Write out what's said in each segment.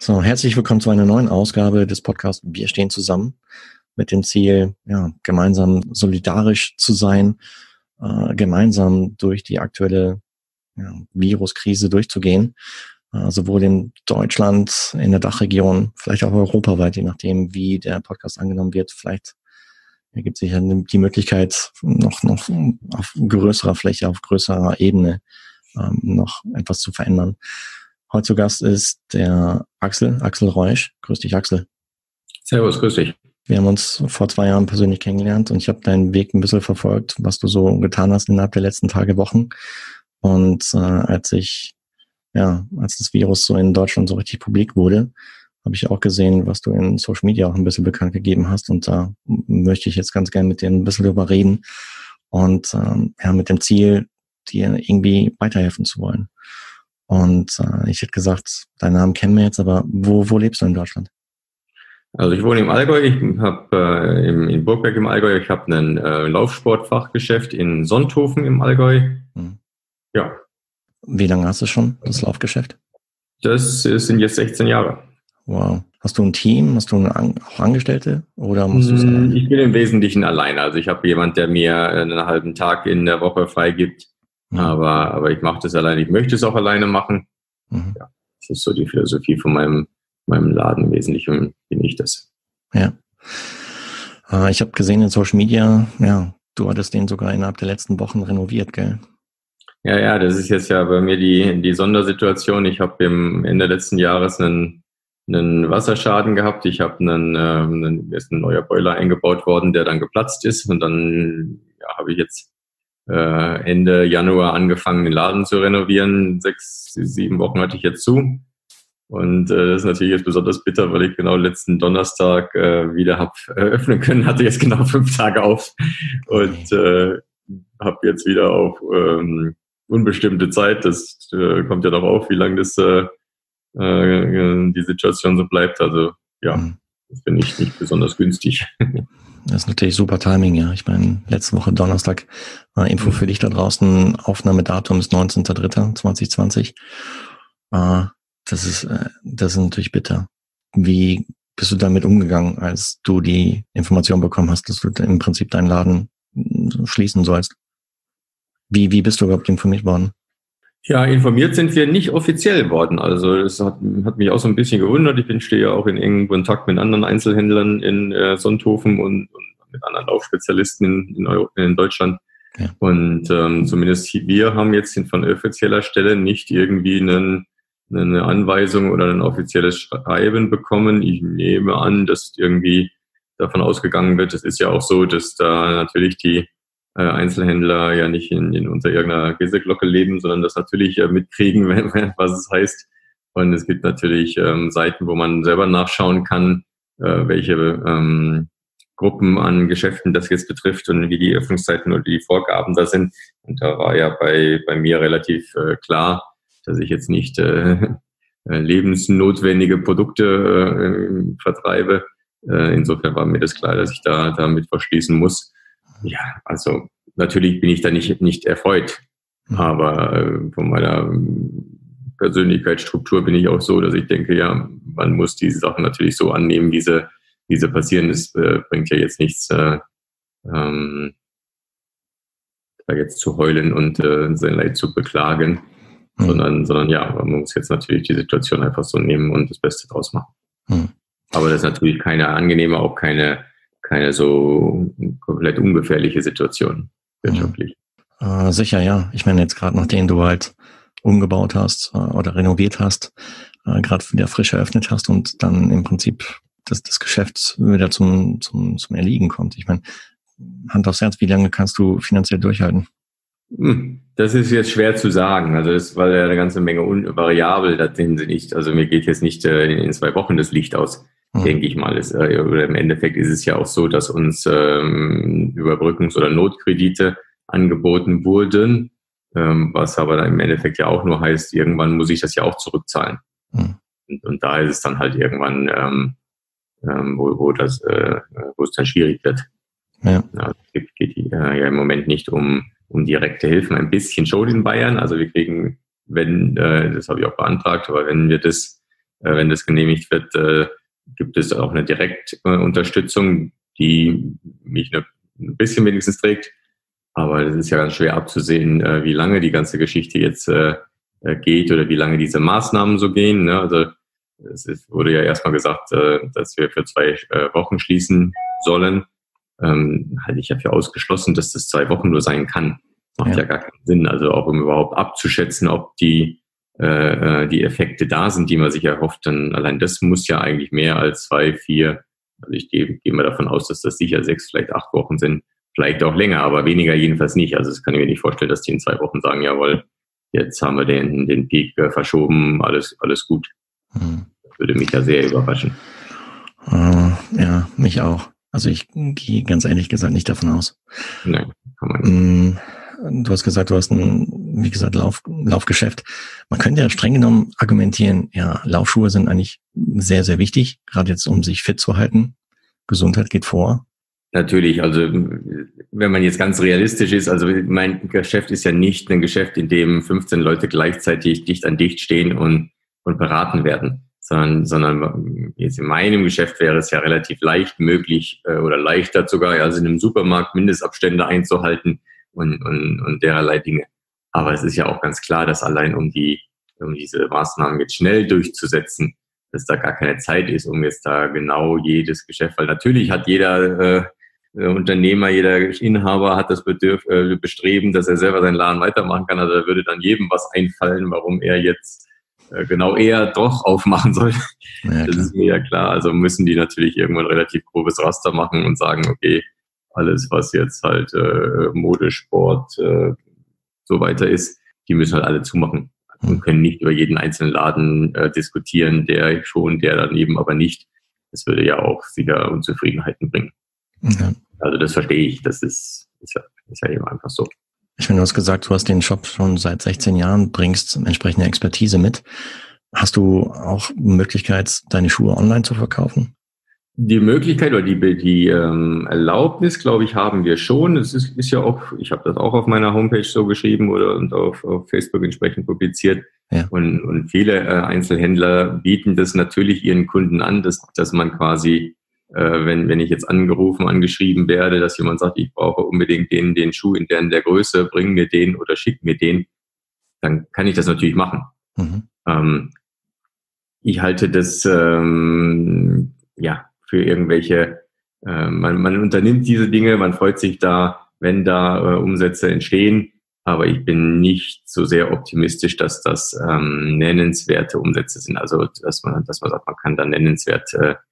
So, herzlich willkommen zu einer neuen Ausgabe des Podcasts Wir stehen zusammen mit dem Ziel, gemeinsam solidarisch zu sein, gemeinsam durch die aktuelle Viruskrise durchzugehen, sowohl in Deutschland, in der Dachregion, vielleicht auch europaweit, je nachdem, wie der Podcast angenommen wird. Vielleicht ergibt sich ja die Möglichkeit, noch auf größerer Fläche, auf größerer Ebene noch etwas zu verändern. Heute zu Gast ist der Axel Reusch. Grüß dich, Axel. Servus, grüß dich. Wir haben uns vor 2 Jahren persönlich kennengelernt und ich habe deinen Weg ein bisschen verfolgt, was du so getan hast innerhalb der letzten Tage, Wochen. Und als das Virus so in Deutschland so richtig publik wurde, habe ich auch gesehen, was du in Social Media auch ein bisschen bekannt gegeben hast. Und da möchte ich jetzt ganz gerne mit dir ein bisschen drüber reden und mit dem Ziel, dir irgendwie weiterhelfen zu wollen. Und ich hätte gesagt, deinen Namen kennen wir jetzt, aber wo lebst du in Deutschland? Also ich wohne im Allgäu, ich habe in Burgberg im Allgäu, ich habe ein Laufsportfachgeschäft in Sonthofen im Allgäu. Ja. Wie lange hast du schon, das Laufgeschäft? Das sind jetzt 16 Jahre. Wow. Hast du ein Team? Hast du auch Angestellte? Oder musst du es alleine? Ich bin im Wesentlichen alleine. Also ich habe jemand, der mir einen halben Tag in der Woche freigibt. Aber ich mache das alleine. Ich möchte es auch alleine machen. Ja, das ist so die Philosophie von meinem Laden. Im Wesentlichen bin ich das. Ja. Ich habe gesehen in Social Media, du hattest den sogar innerhalb der letzten Wochen renoviert, gell? Ja, das ist jetzt ja bei mir die Sondersituation. Ich habe im Ende letzten Jahres einen Wasserschaden gehabt. Ich habe ist ein neuer Boiler eingebaut worden, der dann geplatzt ist. Und dann habe ich jetzt Ende Januar angefangen, den Laden zu renovieren. 6, 7 Wochen hatte ich jetzt zu. Und das ist natürlich jetzt besonders bitter, weil ich genau letzten Donnerstag wieder habe öffnen können. Hatte jetzt genau 5 Tage auf und habe jetzt wieder auf unbestimmte Zeit. Das kommt ja noch auf, wie lange das die Situation so bleibt. Also das finde ich nicht besonders günstig. Das ist natürlich super Timing, ja. Ich meine, letzte Woche Donnerstag, Info für dich da draußen, Aufnahmedatum ist 19.03.2020. Das ist natürlich bitter. Wie bist du damit umgegangen, als du die Information bekommen hast, dass du im Prinzip deinen Laden schließen sollst? Wie bist du überhaupt informiert worden? Ja, informiert sind wir nicht offiziell worden. Also das hat mich auch so ein bisschen gewundert. Ich stehe ja auch in engem Kontakt mit anderen Einzelhändlern in Sonthofen und mit anderen Laufspezialisten in Deutschland. Ja. Und zumindest wir haben jetzt von offizieller Stelle nicht irgendwie eine Anweisung oder ein offizielles Schreiben bekommen. Ich nehme an, dass irgendwie davon ausgegangen wird. Es ist ja auch so, dass da natürlich die Einzelhändler ja nicht unter irgendeiner Käseglocke leben, sondern das natürlich mitkriegen, was es heißt. Und es gibt natürlich Seiten, wo man selber nachschauen kann, welche Gruppen an Geschäften das jetzt betrifft und wie die Öffnungszeiten oder die Vorgaben da sind. Und da war ja bei mir relativ klar, dass ich jetzt nicht lebensnotwendige Produkte vertreibe. Insofern war mir das klar, dass ich da damit verschließen muss. Ja, also natürlich bin ich da nicht erfreut, aber von meiner Persönlichkeitsstruktur bin ich auch so, dass ich denke, ja, man muss diese Sachen natürlich so annehmen, wie sie passieren. Es bringt ja jetzt nichts, da jetzt zu heulen und sein Leid zu beklagen, sondern ja, man muss jetzt natürlich die Situation einfach so nehmen und das Beste draus machen. Aber das ist natürlich keine angenehme, auch keine so komplett ungefährliche Situation wirtschaftlich. Sicher, ja. Ich meine jetzt gerade, nachdem du halt umgebaut hast oder renoviert hast, gerade wieder frisch eröffnet hast und dann im Prinzip das Geschäft wieder zum Erliegen kommt. Ich meine, Hand aufs Herz, wie lange kannst du finanziell durchhalten? Das ist jetzt schwer zu sagen. Also das war ja eine ganze Menge Variabel da drin sind. Also mir geht jetzt nicht in 2 Wochen das Licht aus. Denke ich mal. Oder im Endeffekt ist es ja auch so, dass uns Überbrückungs- oder Notkredite angeboten wurden, was aber dann im Endeffekt ja auch nur heißt, irgendwann muss ich das ja auch zurückzahlen. Und da ist es dann halt irgendwann, wo es dann schwierig wird. Ja. Es geht ja im Moment nicht um direkte Hilfen, ein bisschen schon in Bayern. Also wir kriegen, das habe ich auch beantragt, aber wenn wir das wenn das genehmigt wird, gibt es auch eine Direktunterstützung, die mich ein bisschen wenigstens trägt. Aber es ist ja ganz schwer abzusehen, wie lange die ganze Geschichte jetzt geht oder wie lange diese Maßnahmen so gehen. Ne? Also wurde ja erstmal gesagt, dass wir für 2 Wochen schließen sollen. Halte ich ja für ausgeschlossen, dass das 2 Wochen nur sein kann. Macht ja gar keinen Sinn. Also auch um überhaupt abzuschätzen, ob die Effekte da sind, die man sich erhofft, dann allein das muss ja eigentlich mehr als 2, 4, also ich gehe mal davon aus, dass das sicher 6, vielleicht 8 Wochen sind, vielleicht auch länger, aber weniger jedenfalls nicht. Also das kann ich mir nicht vorstellen, dass die in 2 Wochen sagen, jawohl, jetzt haben wir den Peak verschoben, alles gut. Das würde mich ja sehr überraschen. Ja, mich auch. Also ich gehe ganz ehrlich gesagt nicht davon aus. Nein, kann man nicht. Du hast gesagt, du hast ein, wie gesagt, Laufgeschäft. Man könnte ja streng genommen argumentieren, ja, Laufschuhe sind eigentlich sehr, sehr wichtig, gerade jetzt, um sich fit zu halten. Gesundheit geht vor. Natürlich, also wenn man jetzt ganz realistisch ist, also mein Geschäft ist ja nicht ein Geschäft, in dem 15 Leute gleichzeitig dicht an dicht stehen und beraten werden, sondern jetzt in meinem Geschäft wäre es ja relativ leicht möglich oder leichter sogar, also in einem Supermarkt Mindestabstände einzuhalten und dererlei Dinge. Aber es ist ja auch ganz klar, dass allein um diese Maßnahmen jetzt schnell durchzusetzen, dass da gar keine Zeit ist, um jetzt da genau jedes Geschäft, weil natürlich hat jeder Unternehmer, jeder Inhaber hat das Bestreben, dass er selber seinen Laden weitermachen kann. Also da würde dann jedem was einfallen, warum er jetzt genau eher doch aufmachen soll. Ja, das ist mir ja klar. Also müssen die natürlich irgendwann relativ grobes Raster machen und sagen, okay, alles, was jetzt halt Mode, Sport, so weiter ist, die müssen halt alle zumachen und können nicht über jeden einzelnen Laden diskutieren, der dann eben aber nicht. Das würde ja auch sicher Unzufriedenheiten bringen. Ja. Also das verstehe ich, das ist ja eben einfach so. Ich meine, du hast gesagt, du hast den Shop schon seit 16 Jahren, bringst entsprechende Expertise mit. Hast du auch Möglichkeit, deine Schuhe online zu verkaufen? Die Möglichkeit oder die Erlaubnis, glaube ich, haben wir schon. Es ist ja auch, ich habe das auch auf meiner Homepage so geschrieben und auf Facebook entsprechend publiziert. Ja. Und viele Einzelhändler bieten das natürlich ihren Kunden an, dass man quasi, wenn ich jetzt angeschrieben werde, dass jemand sagt, ich brauche unbedingt den Schuh in der Größe, bring mir den oder schick mir den, dann kann ich das natürlich machen. Ich halte das, für irgendwelche, man unternimmt diese Dinge, man freut sich da, wenn da Umsätze entstehen, aber ich bin nicht so sehr optimistisch, dass das nennenswerte Umsätze sind. Also dass man sagt, man kann da nennenswert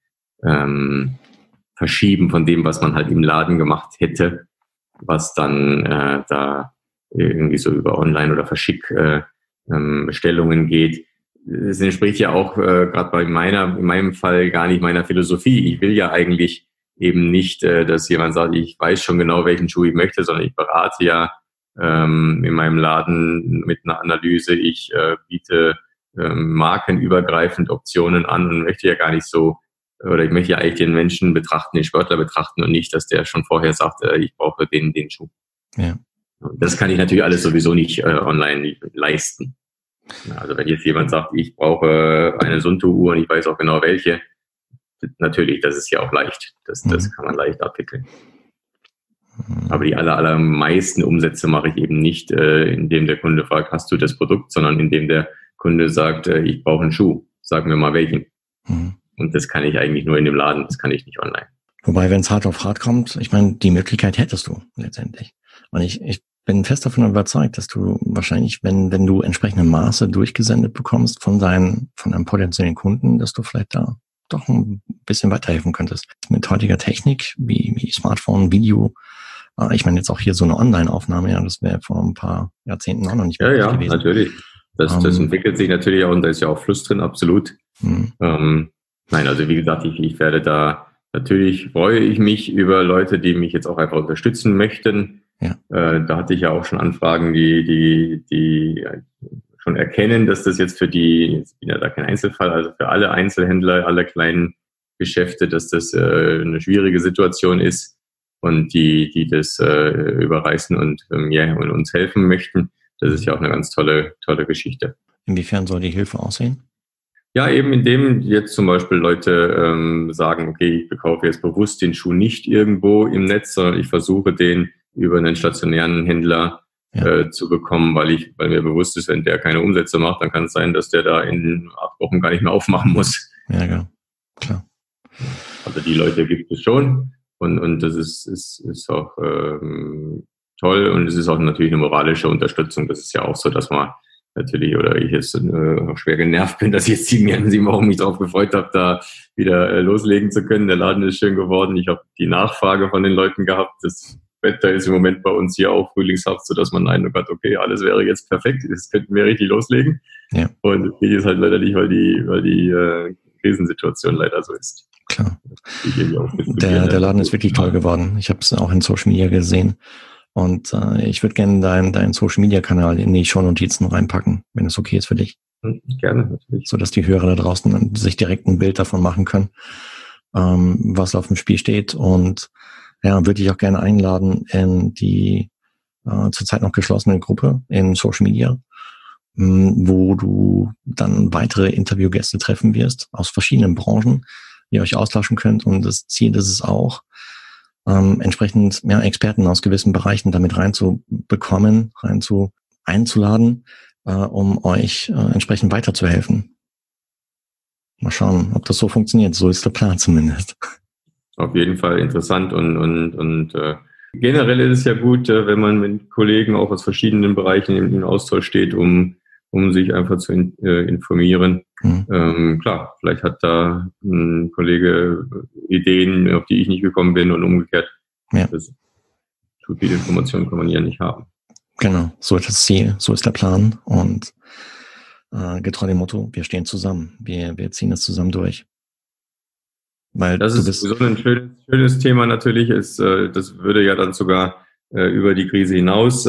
verschieben von dem, was man halt im Laden gemacht hätte, was dann da irgendwie so über Online oder Verschick Bestellungen geht. Es entspricht ja auch gerade in meinem Fall gar nicht meiner Philosophie. Ich will ja eigentlich eben nicht, dass jemand sagt, ich weiß schon genau, welchen Schuh ich möchte, sondern ich berate ja in meinem Laden mit einer Analyse. Ich biete markenübergreifend Optionen an und möchte ja gar nicht so, oder ich möchte ja eigentlich den Menschen betrachten, den Sportler betrachten und nicht, dass der schon vorher sagt, ich brauche den Schuh. Ja. Das kann ich natürlich alles sowieso nicht online leisten. Also wenn jetzt jemand sagt, ich brauche eine Sunto-Uhr und ich weiß auch genau welche, natürlich, das ist ja auch leicht. Das kann man leicht abwickeln. Aber die allermeisten Umsätze mache ich eben nicht, indem der Kunde fragt, hast du das Produkt, sondern indem der Kunde sagt, ich brauche einen Schuh, sag mir mal welchen. Und das kann ich eigentlich nur in dem Laden, das kann ich nicht online. Wobei, wenn es hart auf hart kommt, ich meine, die Möglichkeit hättest du letztendlich. Und ich bin fest davon überzeugt, dass du wahrscheinlich, wenn du entsprechende Maße durchgesendet bekommst von deinem potenziellen Kunden, dass du vielleicht da doch ein bisschen weiterhelfen könntest. Mit heutiger Technik, wie Smartphone, Video, ich meine jetzt auch hier so eine Online-Aufnahme, ja, das wäre vor ein paar Jahrzehnten auch noch nicht möglich gewesen. Ja, natürlich. Das entwickelt sich natürlich auch und da ist ja auch Fluss drin, absolut. Nein, also wie gesagt, ich werde da, natürlich freue ich mich über Leute, die mich jetzt auch einfach unterstützen möchten. Ja. Da hatte ich ja auch schon Anfragen, die schon erkennen, dass das jetzt für ich bin ja da kein Einzelfall, also für alle Einzelhändler, alle kleinen Geschäfte, dass das eine schwierige Situation ist und die das überreißen und uns helfen möchten. Das ist ja auch eine ganz tolle Geschichte. Inwiefern soll die Hilfe aussehen? Ja, eben indem jetzt zum Beispiel Leute sagen, okay, ich bekaufe jetzt bewusst den Schuh nicht irgendwo im Netz, sondern ich versuche den über einen stationären Händler zu bekommen, weil mir bewusst ist, wenn der keine Umsätze macht, dann kann es sein, dass der da in 8 Wochen gar nicht mehr aufmachen muss. Ja, genau. Klar. Also die Leute gibt es schon und das ist auch toll und es ist auch natürlich eine moralische Unterstützung. Das ist ja auch so, dass man natürlich, oder ich jetzt schwer genervt bin, dass ich jetzt 7 Wochen mich darauf gefreut habe, da wieder loslegen zu können. Der Laden ist schön geworden. Ich habe die Nachfrage von den Leuten gehabt. Das Wetter ist im Moment bei uns hier auch frühlingshaft, sodass man einen hat, okay, alles wäre jetzt perfekt, jetzt könnten wir richtig loslegen. Ja. Und das geht jetzt halt leider nicht, weil die Krisensituation leider so ist. Klar. Der Laden ist wirklich toll geworden. Ich habe es auch in Social Media gesehen. Und ich würde gerne deinen Social-Media-Kanal in die Shownotizen reinpacken, wenn es okay ist für dich. Gerne, natürlich. So dass die Hörer da draußen sich direkt ein Bild davon machen können, was auf dem Spiel steht. Und ja, würde ich auch gerne einladen in die zurzeit noch geschlossene Gruppe in Social Media, wo du dann weitere Interviewgäste treffen wirst aus verschiedenen Branchen, die ihr euch austauschen könnt. Und das Ziel ist es auch, entsprechend Experten aus gewissen Bereichen damit reinzubekommen, einzuladen, um euch entsprechend weiterzuhelfen. Mal schauen, ob das so funktioniert. So ist der Plan zumindest. Auf jeden Fall interessant und generell ist es ja gut, wenn man mit Kollegen auch aus verschiedenen Bereichen im Austausch steht, um sich einfach zu informieren. Klar, vielleicht hat da ein Kollege Ideen, auf die ich nicht gekommen bin und umgekehrt. Ja. Zu viel Information kann man ja nicht haben. Genau, so ist das Ziel, so ist der Plan und getreu dem Motto, wir stehen zusammen, wir ziehen das zusammen durch. Weil das ist so ein schönes Thema natürlich, das würde ja dann sogar über die Krise hinaus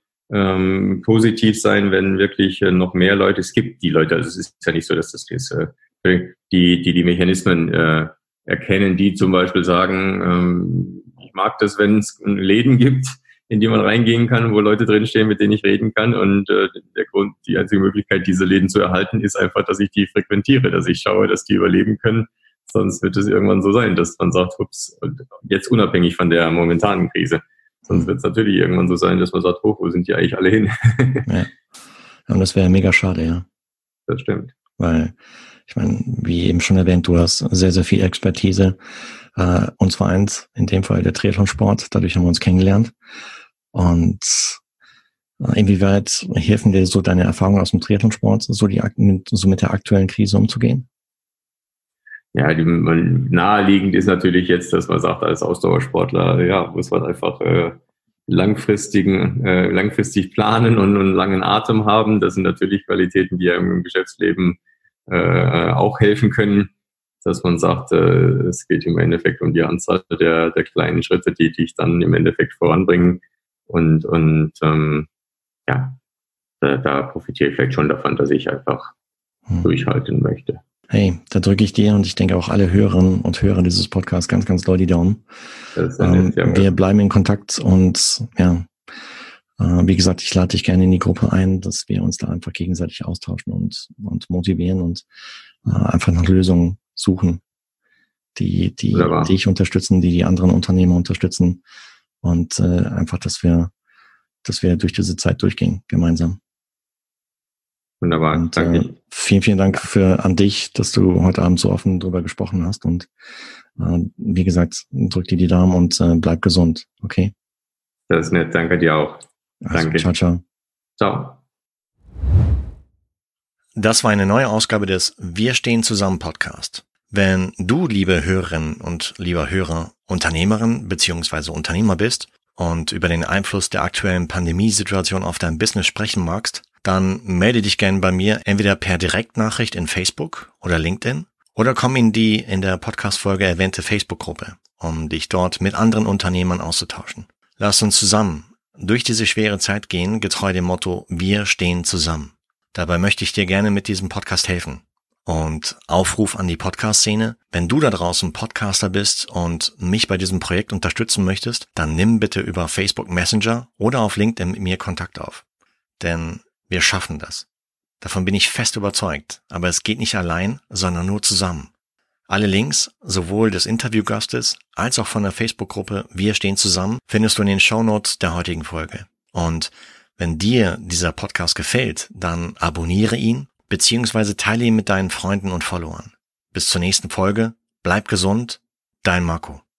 positiv sein, wenn wirklich noch mehr Leute, es gibt die Leute, also es ist ja nicht so, dass das ist, die Mechanismen erkennen, die zum Beispiel sagen, ich mag das, wenn es Läden gibt, in die man reingehen kann, wo Leute drinstehen, mit denen ich reden kann und die einzige Möglichkeit, diese Läden zu erhalten, ist einfach, dass ich die frequentiere, dass ich schaue, dass die überleben können, sonst wird es irgendwann so sein, dass man sagt, ups, jetzt unabhängig von der momentanen Krise. Sonst wird es natürlich irgendwann so sein, dass man sagt, wo sind die eigentlich alle hin? Ja. Und das wäre mega schade, ja. Das stimmt. Weil, ich meine, wie eben schon erwähnt, du hast sehr, sehr viel Expertise. Uns vereint in dem Fall der Triathlonsport. Dadurch haben wir uns kennengelernt. Und inwieweit helfen dir so deine Erfahrungen aus dem Triathlonsport, so mit der aktuellen Krise umzugehen? Ja, naheliegend ist natürlich jetzt, dass man sagt, als Ausdauersportler, ja, muss man einfach langfristig planen und einen langen Atem haben. Das sind natürlich Qualitäten, die ja im Geschäftsleben auch helfen können, dass man sagt, es geht im Endeffekt um die Anzahl der kleinen Schritte, die dich dann im Endeffekt voranbringen. Und da profitiere ich vielleicht schon davon, dass ich einfach durchhalten möchte. Hey, da drücke ich dir und ich denke auch alle Hörerinnen und Hörer dieses Podcasts ganz, ganz doll die Daumen. Wir bleiben in Kontakt und ja, wie gesagt, ich lade dich gerne in die Gruppe ein, dass wir uns da einfach gegenseitig austauschen und motivieren und einfach nach Lösungen suchen, die dich unterstützen, die anderen Unternehmer unterstützen und einfach, dass wir durch diese Zeit durchgehen, gemeinsam. Wunderbar, und, danke. Vielen, vielen Dank an dich, dass du heute Abend so offen drüber gesprochen hast und wie gesagt, drück dir die Daumen und bleib gesund, okay? Das ist nett, danke dir auch. Also, danke. Ciao, ciao. Ciao. Das war eine neue Ausgabe des Wir stehen zusammen Podcast. Wenn du, liebe Hörerinnen und lieber Hörer, Unternehmerin bzw. Unternehmer bist und über den Einfluss der aktuellen Pandemiesituation auf dein Business sprechen magst, dann melde dich gerne bei mir entweder per Direktnachricht in Facebook oder LinkedIn oder komm in die in der Podcast-Folge erwähnte Facebook-Gruppe, um dich dort mit anderen Unternehmern auszutauschen. Lass uns zusammen durch diese schwere Zeit gehen, getreu dem Motto, wir stehen zusammen. Dabei möchte ich dir gerne mit diesem Podcast helfen. Und Aufruf an die Podcast-Szene, wenn du da draußen Podcaster bist und mich bei diesem Projekt unterstützen möchtest, dann nimm bitte über Facebook Messenger oder auf LinkedIn mit mir Kontakt auf. Denn wir schaffen das. Davon bin ich fest überzeugt. Aber es geht nicht allein, sondern nur zusammen. Alle Links, sowohl des Interviewgastes als auch von der Facebook-Gruppe Wir stehen zusammen, findest du in den Shownotes der heutigen Folge. Und wenn dir dieser Podcast gefällt, dann abonniere ihn bzw. teile ihn mit deinen Freunden und Followern. Bis zur nächsten Folge. Bleib gesund. Dein Marco.